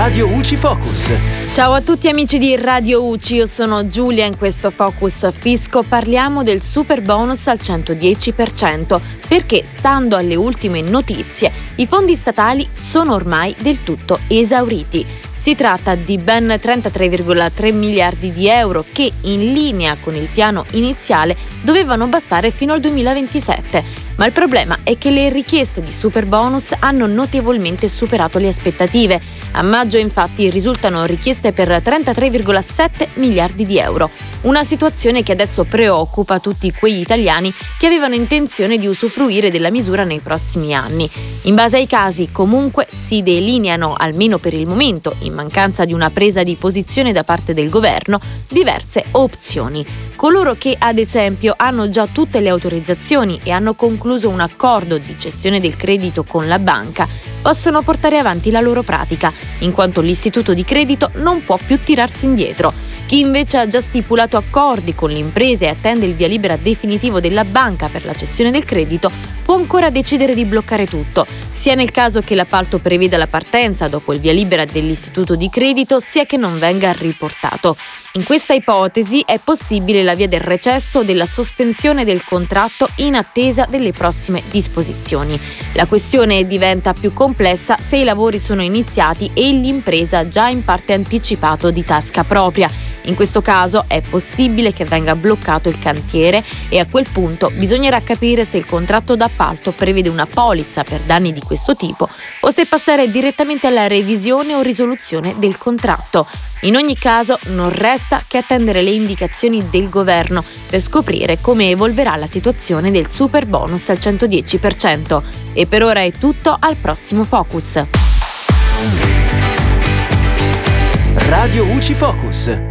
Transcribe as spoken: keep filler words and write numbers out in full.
Radio U C I Focus. Ciao a tutti amici di Radio U C I, io sono Giulia. In questo Focus Fisco parliamo del super bonus al centodieci per cento, perché stando alle ultime notizie i fondi statali sono ormai del tutto esauriti. Si tratta di ben trentatré virgola tre miliardi di euro che, in linea con il piano iniziale, dovevano bastare fino al duemilaventisette. Ma il problema è che le richieste di superbonus hanno notevolmente superato le aspettative. A maggio, infatti, risultano richieste per trentatré virgola sette miliardi di euro. Una situazione che adesso preoccupa tutti quegli italiani che avevano intenzione di usufruire della misura nei prossimi anni. In base ai casi, comunque, si delineano, almeno per il momento, in mancanza di una presa di posizione da parte del governo, diverse opzioni. Coloro che, ad esempio, hanno già tutte le autorizzazioni e hanno concluso un accordo di cessione del credito con la banca possono portare avanti la loro pratica, in quanto l'istituto di credito non può più tirarsi indietro. Chi invece ha già stipulato accordi con le imprese e attende il via libera definitivo della banca per la cessione del credito può ancora decidere di bloccare tutto, sia nel caso che l'appalto preveda la partenza dopo il via libera dell'istituto di credito, sia che non venga riportato. In questa ipotesi è possibile la via del recesso o della sospensione del contratto in attesa delle prossime disposizioni. La questione diventa più complessa se i lavori sono iniziati e l'impresa ha già in parte anticipato di tasca propria. In questo caso è possibile che venga bloccato il cantiere e a quel punto bisognerà capire se il contratto d'appalto prevede una polizza per danni di questo tipo o se passare direttamente alla revisione o risoluzione del contratto. In ogni caso non resta che attendere le indicazioni del governo per scoprire come evolverà la situazione del super bonus al centodieci per cento. E per ora è tutto, al prossimo Focus. Radio U C I Focus.